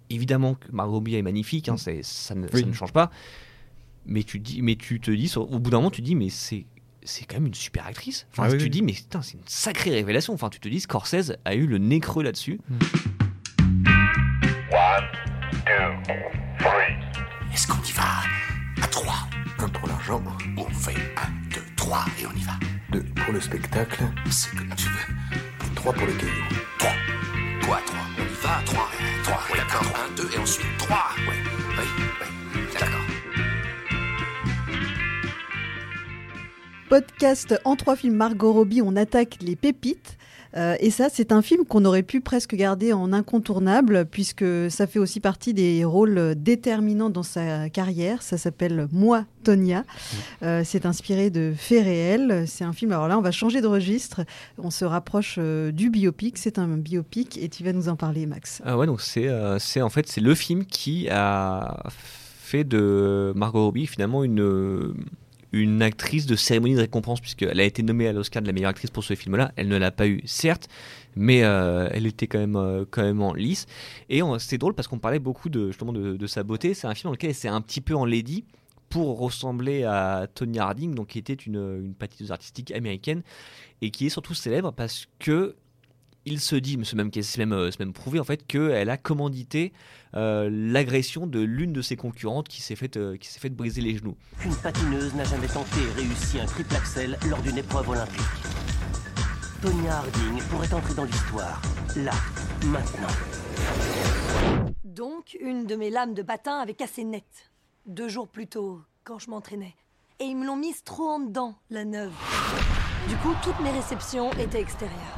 évidemment que Margot Robbie est magnifique, hein, ça ne change pas. Mais tu te dis, au bout d'un moment, tu te dis, mais c'est quand même une super actrice. Enfin, tu te dis, mais putain, c'est une sacrée révélation. Enfin, tu te dis, Scorsese a eu le nez creux là-dessus. 1, 2, 3. Est-ce qu'on y va à 3? 1 pour l'argent. On fait 1, 2, 3 et on y va. 2 pour le spectacle. C'est comme tu veux. 3 pour le caillou. 3. Quoi, 3? On y va à 3. 3, oui, d'accord. 1, 2 et ensuite 3. Oui, d'accord. Podcast en 3 films Margot Robbie, on attaque les pépites. Et ça, c'est un film qu'on aurait pu presque garder en incontournable, puisque ça fait aussi partie des rôles déterminants dans sa carrière. Ça s'appelle Moi, Tonya. C'est inspiré de faits réels. C'est un film, alors là, on va changer de registre. On se rapproche du biopic. C'est un biopic et tu vas nous en parler, Max. Ouais, donc c'est le film qui a fait de Margot Robbie finalement une actrice de cérémonie de récompense, puisqu'elle a été nommée à l'Oscar de la meilleure actrice pour ce film-là. Elle ne l'a pas eu, certes, mais elle était quand même en lice. Et c'est drôle parce qu'on parlait beaucoup de sa beauté. C'est un film dans lequel elle s'est un petit peu enlaidie pour ressembler à Tonya Harding, donc qui était une patineuse artistique américaine et qui est surtout célèbre parce que il se dit, c'est même prouvé en fait, qu'elle a commandité l'agression de l'une de ses concurrentes qui s'est fait briser les genoux. Une patineuse n'a jamais tenté et réussi un triple axel lors d'une épreuve olympique. Tonya Harding pourrait entrer dans l'histoire, là, maintenant. Donc, une de mes lames de bâtin avait cassé net. 2 jours plus tôt, quand je m'entraînais. Et ils me l'ont mise trop en dedans, la neuve. Du coup, toutes mes réceptions étaient extérieures.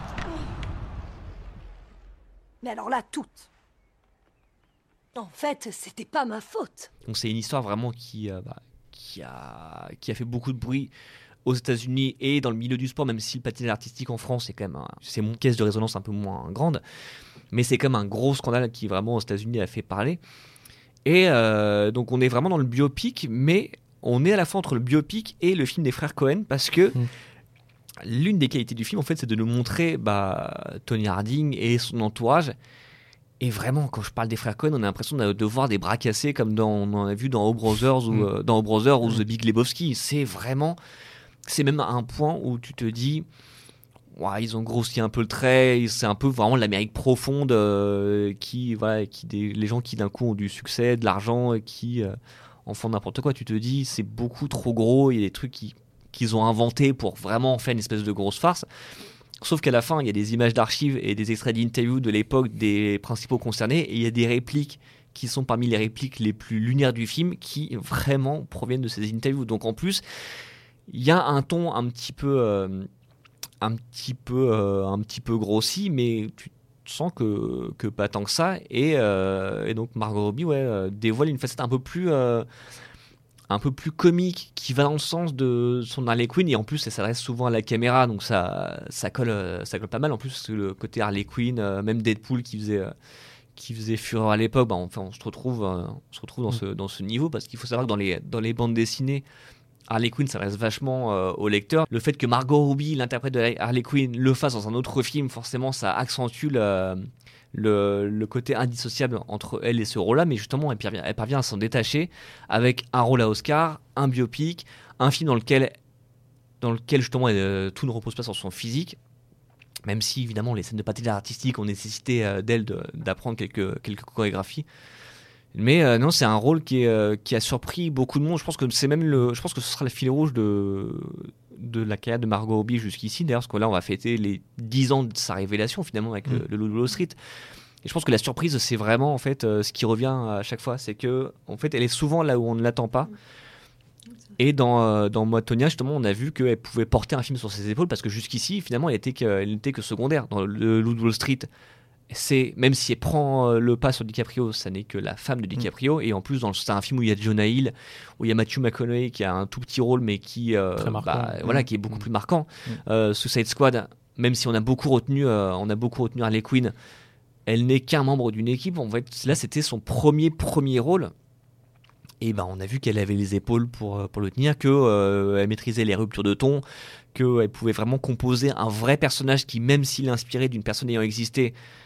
Mais alors là, toutes. En fait, c'était pas ma faute. Donc c'est une histoire vraiment qui a fait beaucoup de bruit aux États-Unis et dans le milieu du sport, même si le patinage artistique en France c'est une caisse de résonance un peu moins grande, mais c'est quand même un gros scandale qui vraiment aux États-Unis a fait parler. Et donc on est vraiment dans le biopic, mais on est à la fois entre le biopic et le film des frères Cohen parce que l'une des qualités du film, en fait, c'est de nous montrer Tonya Harding et son entourage. Et vraiment, quand je parle des frères Cohen, on a l'impression de voir des bras cassés comme on en a vu dans O Brothers ou The Big Lebowski. C'est même à un point où tu te dis, ils ont grossi un peu le trait. C'est un peu vraiment l'Amérique profonde les gens qui d'un coup ont du succès, de l'argent et qui en font n'importe quoi. Tu te dis, c'est beaucoup trop gros. Il y a des trucs qu'ils ont inventés pour vraiment faire une espèce de grosse farce. Sauf qu'à la fin, il y a des images d'archives et des extraits d'interviews de l'époque des principaux concernés, et il y a des répliques qui sont parmi les répliques les plus lunaires du film qui vraiment proviennent de ces interviews. Donc en plus, il y a un ton un petit peu grossi, mais tu sens que pas tant que ça. Et donc Margot Robbie dévoile une facette un peu plus comique qui va dans le sens de son Harley Quinn, et en plus elle s'adresse souvent à la caméra, donc ça colle pas mal. En plus le côté Harley Quinn, même Deadpool qui faisait fureur à l'époque, on se retrouve dans ce niveau, parce qu'il faut savoir que dans les bandes dessinées, Harley Quinn s'adresse vachement au lecteur. Le fait que Margot Robbie, l'interprète de Harley Quinn, le fasse dans un autre film, forcément ça accentue le côté indissociable entre elle et ce rôle-là, mais justement elle parvient à s'en détacher avec un rôle à Oscar, un biopic, un film dans lequel justement tout ne repose pas sur son physique, même si évidemment les scènes de patinage artistique ont nécessité d'elle d'apprendre quelques chorégraphies. Mais non, c'est un rôle qui a surpris beaucoup de monde. Je pense que ce sera le fil rouge de la carrière de Margot Robbie jusqu'ici, d'ailleurs, parce que là on va fêter les 10 ans de sa révélation finalement avec le Loup de Wall Street. Et je pense que la surprise, c'est vraiment en fait ce qui revient à chaque fois, c'est que en fait elle est souvent là où on ne l'attend pas. Et dans Moi, Tonya, justement, on a vu qu'elle pouvait porter un film sur ses épaules, parce que jusqu'ici finalement elle n'était que secondaire. Dans le Loup de Wall Street, même si elle prend le pas sur DiCaprio, ça n'est que la femme de DiCaprio. Et en plus, c'est un film où il y a Jonah Hill, où il y a Matthew McConaughey qui a un tout petit rôle, mais qui qui est beaucoup plus marquant. Suicide Squad, même si on a beaucoup retenu Harley Quinn, elle n'est qu'un membre d'une équipe. En fait, là, c'était son premier rôle. Et on a vu qu'elle avait les épaules pour le tenir, qu'elle maîtrisait les ruptures de ton, qu'elle pouvait vraiment composer un vrai personnage qui, même s'il est inspiré d'une personne ayant existé,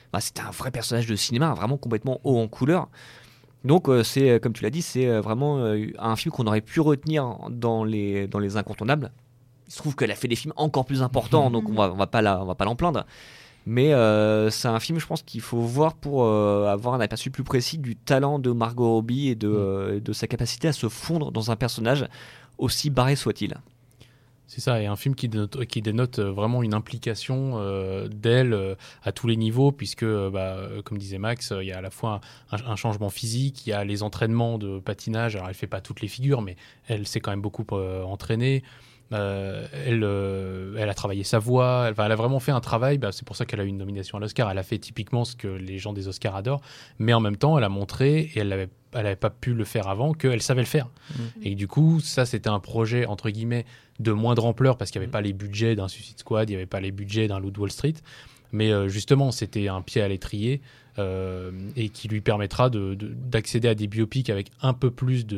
c'était un vrai personnage de cinéma, vraiment complètement haut en couleur. Donc c'est, comme tu l'as dit, c'est vraiment un film qu'on aurait pu retenir dans les incontournables. Il se trouve qu'elle a fait des films encore plus importants, donc on va pas l'en plaindre. Mais c'est un film, je pense, qu'il faut voir pour avoir un aperçu plus précis du talent de Margot Robbie et de sa capacité à se fondre dans un personnage, aussi barré soit-il. C'est ça, et un film qui dénote vraiment une implication d'elle à tous les niveaux, puisque, comme disait Max, il y a à la fois un changement physique, il y a les entraînements de patinage. Alors, elle ne fait pas toutes les figures, mais elle s'est quand même beaucoup entraînée. Elle a travaillé sa voix, elle a vraiment fait un travail, c'est pour ça qu'elle a eu une nomination à l'Oscar. Elle a fait typiquement ce que les gens des Oscars adorent, mais en même temps elle a montré, et elle n'avait pas pu le faire avant, qu'elle savait le faire. Et du coup ça c'était un projet entre guillemets de moindre ampleur, parce qu'il n'y avait pas les budgets d'un Suicide Squad, il n'y avait pas les budgets d'un Loup de Wall Street, mais justement c'était un pied à l'étrier, et qui lui permettra d'accéder à des biopics avec un peu plus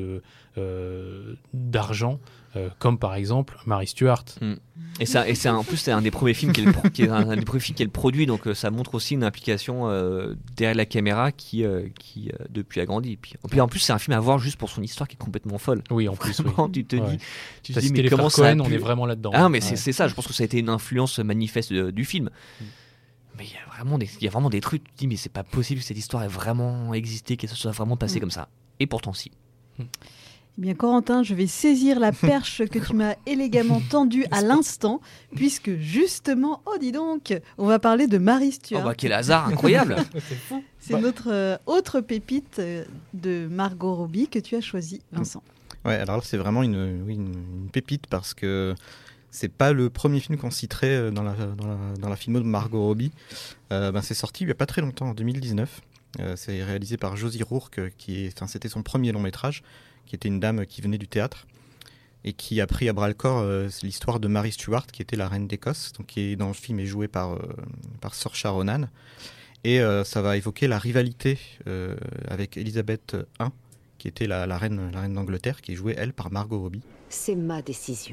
d'argent, comme par exemple Mary Stuart. Et c'est en plus c'est un des premiers films qu'elle produit, donc ça montre aussi une implication derrière la caméra qui depuis a grandi. Puis en plus c'est un film à voir juste pour son histoire qui est complètement folle. Oui, en plus. Vraiment, oui. tu te dis mais les comment frères ça Cohen, a pu... on est vraiment là-dedans. Ah mais c'est ça, je pense que ça a été une influence manifeste du film. Mais il y a vraiment des trucs, tu te dis mais c'est pas possible que cette histoire ait vraiment existé, que ça soit vraiment passé comme ça. Et pourtant si. Eh bien, Corentin, je vais saisir la perche que tu m'as élégamment tendue à l'instant, puisque justement, oh dis donc, on va parler de Mary Stuart. Oh bah quel hasard incroyable. C'est notre autre pépite de Margot Robbie que tu as choisie, Vincent. Ouais, alors là, c'est vraiment une pépite, parce que c'est pas le premier film qu'on citerait dans la filmo de Margot Robbie. C'est sorti il y a pas très longtemps, en 2019. C'est réalisé par Josie Rourke, c'était son premier long métrage, qui était une dame qui venait du théâtre et qui a pris à bras le corps l'histoire de Mary Stuart, qui était la reine d'Écosse, donc qui est dans le film est jouée par Saoirse Ronan, et ça va évoquer la rivalité avec Elisabeth I, qui était la reine d'Angleterre, qui est jouée elle par Margot Robbie. C'est ma décision.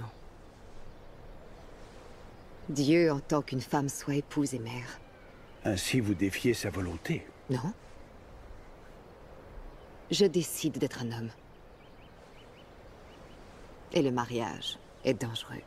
Dieu entend qu'une femme soit épouse et mère. Ainsi vous défiez sa volonté. Non. Je décide d'être un homme. Et le mariage est dangereux.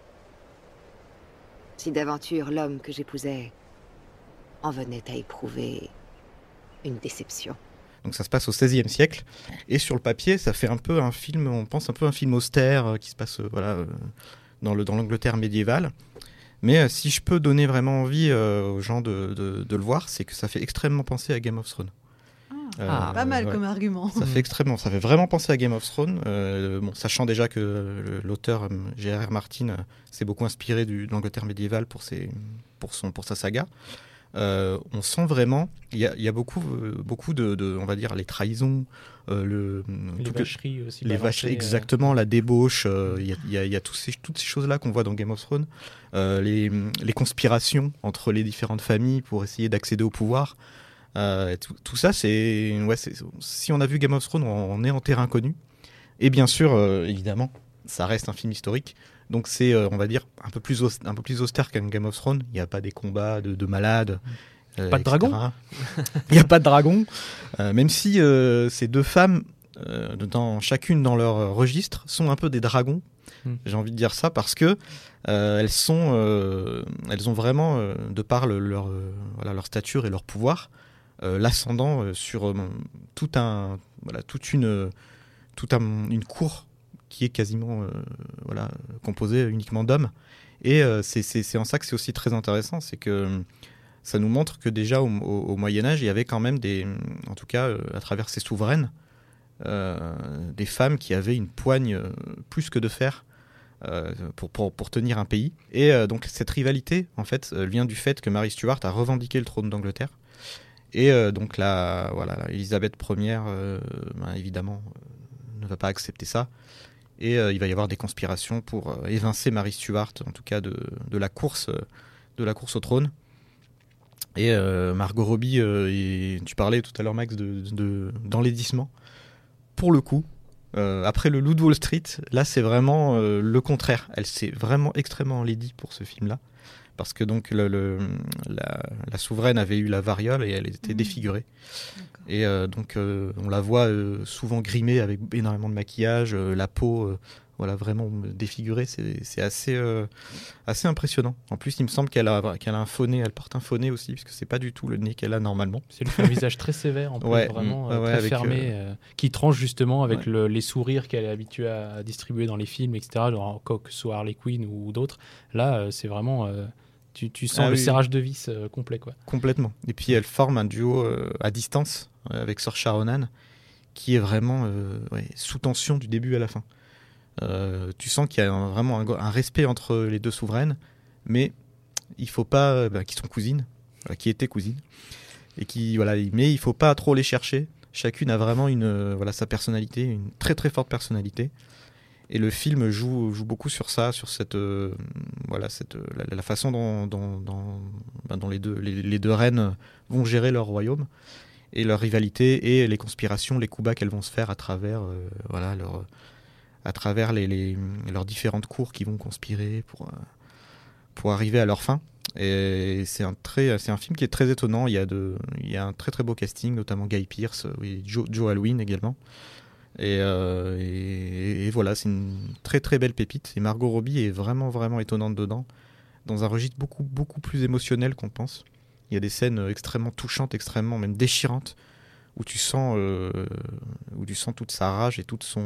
Si d'aventure l'homme que j'épousais en venait à éprouver une déception. Donc ça se passe au XVIe siècle, et sur le papier, ça fait un peu un film, on pense un peu un film austère qui se passe dans l'Angleterre médiévale. Mais si je peux donner vraiment envie aux gens de le voir, c'est que ça fait extrêmement penser à Game of Thrones. Pas mal comme argument. Ça fait vraiment penser à Game of Thrones, sachant déjà que l'auteur J.R.R. Martin s'est beaucoup inspiré de l'Angleterre médiévale pour sa saga. On sent vraiment, il y a beaucoup de on va dire les trahisons, les vacheries aussi. Les vacheries, exactement, la débauche. Il y a toutes ces choses-là qu'on voit dans Game of Thrones. Les conspirations entre les différentes familles pour essayer d'accéder au pouvoir. Tout ça, si on a vu Game of Thrones, on est en terrain connu. Et bien sûr, évidemment, ça reste un film historique. Donc c'est, on va dire, un peu plus austère qu'un Game of Thrones. Il n'y a pas des combats de malades. Pas de dragon. Il n'y a pas de dragon. Même si ces deux femmes, chacune dans leur registre, sont un peu des dragons. J'ai envie de dire ça parce que elles ont vraiment, de par leur stature et leur pouvoir, l'ascendant sur toute une cour qui est quasiment composée uniquement d'hommes. Et c'est en ça que c'est aussi très intéressant, c'est que ça nous montre que déjà au Moyen-Âge, il y avait quand même en tout cas à travers ces souveraines, des femmes qui avaient une poigne plus que de fer pour tenir un pays. Et donc cette rivalité, en fait, vient du fait que Mary Stuart a revendiqué le trône d'Angleterre. Et donc Elisabeth Ier, évidemment, ne va pas accepter ça. Et il va y avoir des conspirations pour évincer Mary Stuart, en tout cas de la course au trône. Et Margot Robbie, tu parlais tout à l'heure, Max, d'enlaidissement. Pour le coup, après le Loup de Wall Street, là c'est vraiment le contraire. Elle s'est vraiment extrêmement enlaidie pour ce film-là, parce que donc la souveraine avait eu la variole et elle était défigurée. Et donc on la voit souvent grimée avec énormément de maquillage, la peau voilà, vraiment défigurée, c'est assez impressionnant. En plus, il me semble qu'elle a un faux nez, elle porte un faux nez aussi, puisque c'est pas du tout le nez qu'elle a normalement. C'est un visage très sévère, en plus, vraiment très avec, fermé, qui tranche justement avec les sourires qu'elle est habituée à distribuer dans les films, etc., genre que ce soit Harley Quinn ou d'autres. Là, c'est vraiment... Tu sens le serrage de vis complet, quoi. Complètement. Et puis, elle forme un duo à distance avec Saoirse Ronan, qui est vraiment sous tension du début à la fin. Tu sens qu'il y a vraiment un respect entre les deux souveraines, mais il faut pas qui sont cousines, qui étaient cousines, et mais il faut pas trop les chercher. Chacune a vraiment sa personnalité, une très très forte personnalité, et le film joue beaucoup sur ça, sur cette la façon dont les deux reines vont gérer leur royaume et leur rivalité et les conspirations, les coups bas qu'elles vont se faire à travers leurs différentes cours qui vont conspirer pour arriver à leur fin. Et c'est un film qui est très étonnant. Il y a un très très beau casting, notamment Guy Pearce, Joe Alwyn également. Et voilà, c'est une très très belle pépite. Et Margot Robbie est vraiment vraiment étonnante dedans, dans un registre beaucoup beaucoup plus émotionnel qu'on pense. Il y a des scènes extrêmement touchantes, extrêmement même déchirantes, où tu sens toute sa rage et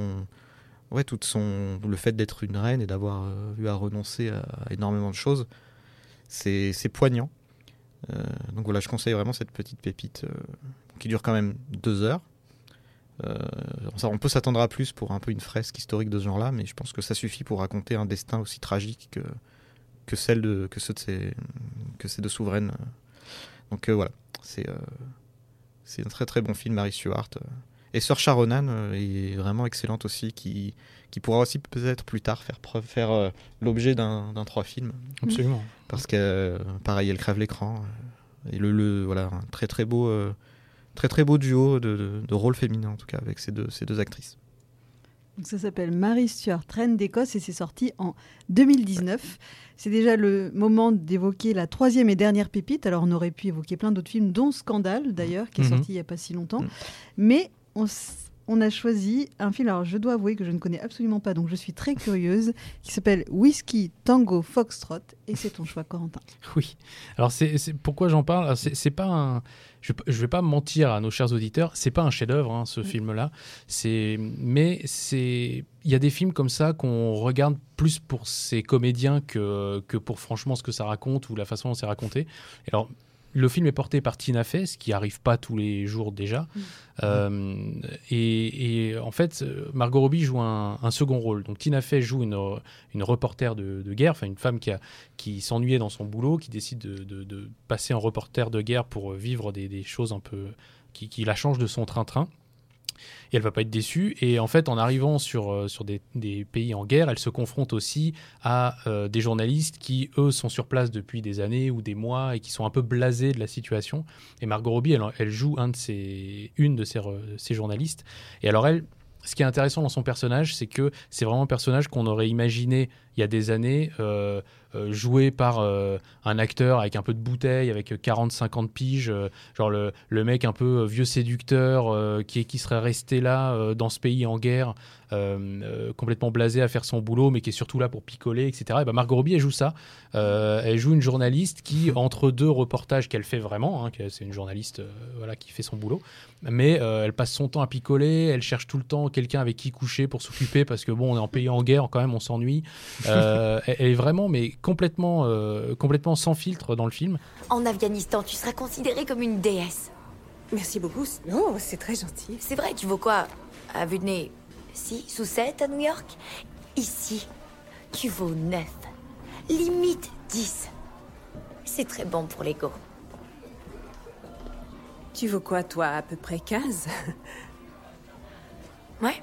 le fait d'être une reine et d'avoir eu à renoncer à énormément de choses. C'est poignant. Donc voilà, je conseille vraiment cette petite pépite qui dure quand même 2 heures. On peut s'attendre à plus pour un peu une fresque historique de ce genre-là, mais je pense que ça suffit pour raconter un destin aussi tragique que ces deux souveraines. Donc voilà, c'est un très très bon film, Mary Stuart. Et Saoirse Ronan est vraiment excellente aussi, qui pourra aussi peut-être plus tard faire l'objet d'un 3 films. Absolument. Parce que pareil, elle crève l'écran. Et voilà, un très très beau duo de rôles féminins en tout cas avec ces deux actrices. Donc ça s'appelle Mary Stuart, Reine d'Écosse, et c'est sorti en 2019. C'est déjà le moment d'évoquer la 3e et dernière pépite. Alors on aurait pu évoquer plein d'autres films, dont Scandale d'ailleurs, qui est sorti il n'y a pas si longtemps. Mais on a choisi un film, alors je dois avouer que je ne connais absolument pas, donc je suis très curieuse, qui s'appelle Whiskey Tango Foxtrot, et c'est ton choix, Corentin. Oui, alors c'est pourquoi j'en parle, c'est pas un... Je vais pas mentir à nos chers auditeurs, c'est pas un chef-d'œuvre ce film-là, mais il y a des films comme ça qu'on regarde plus pour ses comédiens que pour franchement ce que ça raconte ou la façon dont c'est raconté. Et alors, le film est porté par Tina Fey, ce qui n'arrive pas tous les jours déjà. Et en fait, Margot Robbie joue un second rôle. Donc Tina Fey joue une reporter de guerre, enfin une femme qui s'ennuyait dans son boulot, qui décide de passer en reporter de guerre pour vivre des choses un peu qui la changent de son train-train. Et elle va pas être déçue. Et en fait, en arrivant sur des pays en guerre, elle se confronte aussi à des journalistes qui, eux, sont sur place depuis des années ou des mois et qui sont un peu blasés de la situation. Et Margot Robbie, elle joue une de ces journalistes. Et alors ce qui est intéressant dans son personnage, c'est que c'est vraiment un personnage qu'on aurait imaginé il y a des années, joué par un acteur avec un peu de bouteille, avec 40-50 piges, genre le mec un peu vieux séducteur qui serait resté là dans ce pays en guerre, complètement blasé à faire son boulot, mais qui est surtout là pour picoler, etc. Et ben Margot Robbie, elle joue ça. Elle joue une journaliste qui, entre 2 reportages qu'elle fait vraiment, c'est une journaliste qui fait son boulot, mais elle passe son temps à picoler, elle cherche tout le temps quelqu'un avec qui coucher pour s'occuper, parce que bon, on est en pays en guerre, quand même, on s'ennuie. Elle est vraiment, mais complètement sans filtre dans le film. En Afghanistan, tu seras considérée comme une déesse. Merci beaucoup. Non, c'est très gentil. C'est vrai, tu vaux quoi? À vue de nez, 6 ou 7 à New York? Ici, tu vaux 9. Limite 10. C'est très bon pour l'ego. Tu vaux quoi, toi? À peu près 15? Ouais.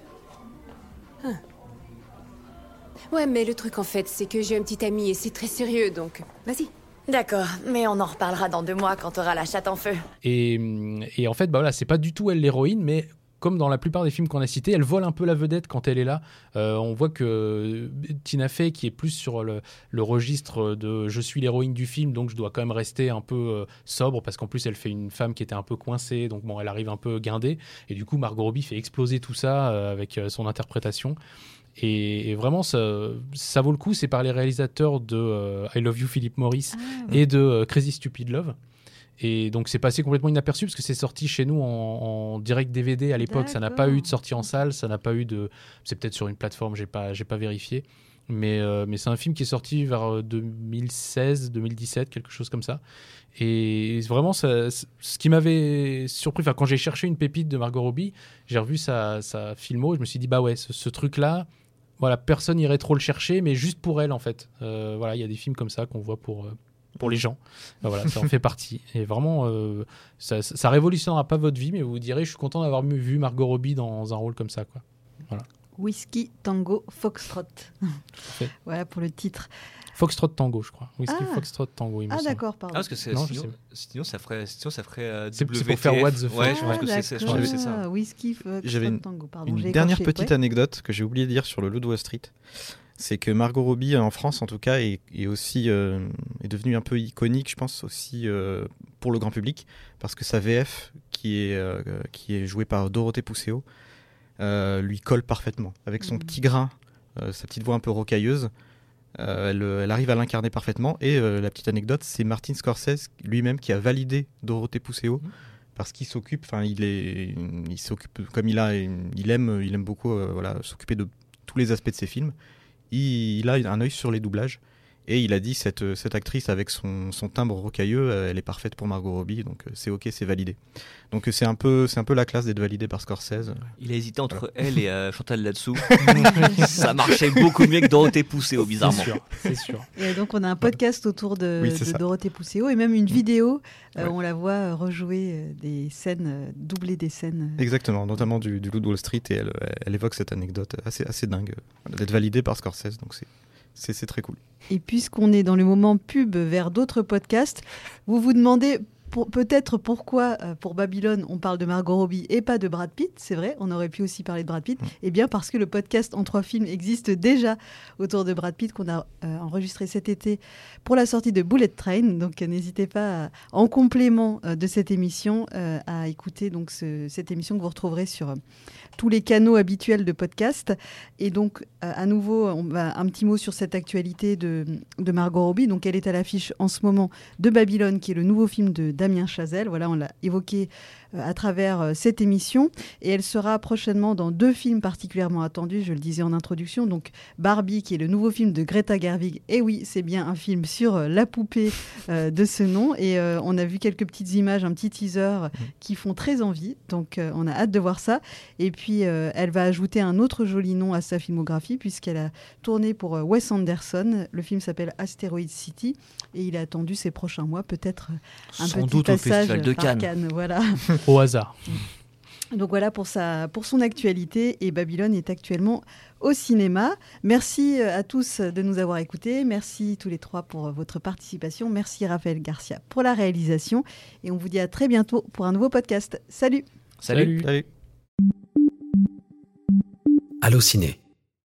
Ouais, mais le truc en fait, c'est que j'ai un petit ami et c'est très sérieux, donc vas-y. D'accord, mais on en reparlera dans 2 mois quand t'auras la chatte en feu. Et en fait, c'est pas du tout elle l'héroïne, mais comme dans la plupart des films qu'on a cités, elle vole un peu la vedette quand elle est là. On voit que Tina Fey, qui est plus sur le registre de je suis l'héroïne du film, donc je dois quand même rester un peu sobre, parce qu'en plus elle fait une femme qui était un peu coincée, donc bon, elle arrive un peu guindée, et du coup Margot Robbie fait exploser tout ça avec son interprétation. Et vraiment, ça vaut le coup. C'est par les réalisateurs de I Love You, Philip Morris, et de Crazy Stupid Love. Et donc, c'est passé complètement inaperçu parce que c'est sorti chez nous en direct DVD à l'époque. Ça n'a pas eu de sortie en salle, ça n'a pas eu de. C'est peut-être sur une plateforme, j'ai pas vérifié. Mais c'est un film qui est sorti vers 2016, 2017, quelque chose comme ça. Et vraiment, ce qui m'avait surpris, quand j'ai cherché une pépite de Margot Robbie, j'ai revu sa filmo, et je me suis dit, bah ouais, ce truc-là, voilà, personne n'irait trop le chercher, mais juste pour elle, en fait. Voilà, il y a des films comme ça qu'on voit pour les gens. Voilà, ça en fait partie. Et vraiment, ça révolutionnera pas votre vie, mais vous vous direz, je suis content d'avoir vu Margot Robbie dans un rôle comme ça, quoi. Voilà. Whisky, Tango, Foxtrot. Voilà pour le titre. Foxtrot Tango, je crois. Whisky, Foxtrot Tango, il me semble. D'accord, pardon. Parce que sinon, ça ferait c'est pour faire What the fuck. Ouais, je pense que c'est ça. Whisky, Foxtrot, J'avais Tango, pardon. Une dernière petite anecdote que j'ai oublié de dire sur le Loup de Wall Street. C'est que Margot Robbie, en France en tout cas, est aussi est devenue un peu iconique, je pense, aussi pour le grand public, parce que sa VF, qui est jouée par Dorothée Pousseau, lui colle parfaitement. Avec son petit grain, sa petite voix un peu rocailleuse, elle arrive à l'incarner parfaitement. Et la petite anecdote, c'est Martin Scorsese lui-même qui a validé Dorothée Pousseau, parce qu'il s'occupe, il s'occupe comme il aime beaucoup s'occuper de tous les aspects de ses films. Il a un œil sur les doublages. Et il a dit, cette actrice avec son timbre rocailleux, elle est parfaite pour Margot Robbie, donc c'est ok, c'est validé. Donc c'est un peu la classe d'être validé par Scorsese. Il a hésité entre elle et Chantal là-dessous. Ça marchait beaucoup mieux que Dorothée Pousseau, bizarrement. C'est sûr. Et donc on a un podcast autour de Dorothée Pousseau et même une vidéo où on la voit rejouer des scènes, doubler des scènes. Exactement, notamment du Loup de Wall Street, et elle évoque cette anecdote assez dingue d'être validée par Scorsese, donc c'est très cool. Et puisqu'on est dans le moment pub vers d'autres podcasts, vous vous demandez peut-être pourquoi pour Babylone on parle de Margot Robbie et pas de Brad Pitt. C'est vrai, on aurait pu aussi parler de Brad Pitt. Eh bien parce que le podcast En 3 films existe déjà autour de Brad Pitt, qu'on a enregistré cet été pour la sortie de Bullet Train. Donc n'hésitez pas en complément de cette émission à écouter donc cette émission que vous retrouverez sur tous les canaux habituels de podcast. Et donc à nouveau un petit mot sur cette actualité de Margot Robbie. Donc elle est à l'affiche en ce moment de Babylone, qui est le nouveau film de Damien Chazelle. Voilà, on l'a évoqué à travers cette émission. Et elle sera prochainement dans 2 films particulièrement attendus, je le disais en introduction. Donc Barbie, qui est le nouveau film de Greta Gerwig. Et oui, c'est bien un film sur la poupée de ce nom. Et on a vu quelques petites images, un petit teaser qui font très envie. Donc on a hâte de voir ça. Et puis elle va ajouter un autre joli nom à sa filmographie, puisqu'elle a tourné pour Wes Anderson. Le film s'appelle Asteroid City. Et il a attendu ces prochains mois, peut-être un sans petit doute passage au Festival de par Cannes. Voilà. Au hasard. Donc voilà pour son actualité, et Babylone est actuellement au cinéma. Merci à tous de nous avoir écoutés. Merci tous les 3 pour votre participation. Merci Raphaël Garcia pour la réalisation. Et on vous dit à très bientôt pour un nouveau podcast. Salut. Salut. Allô Ciné,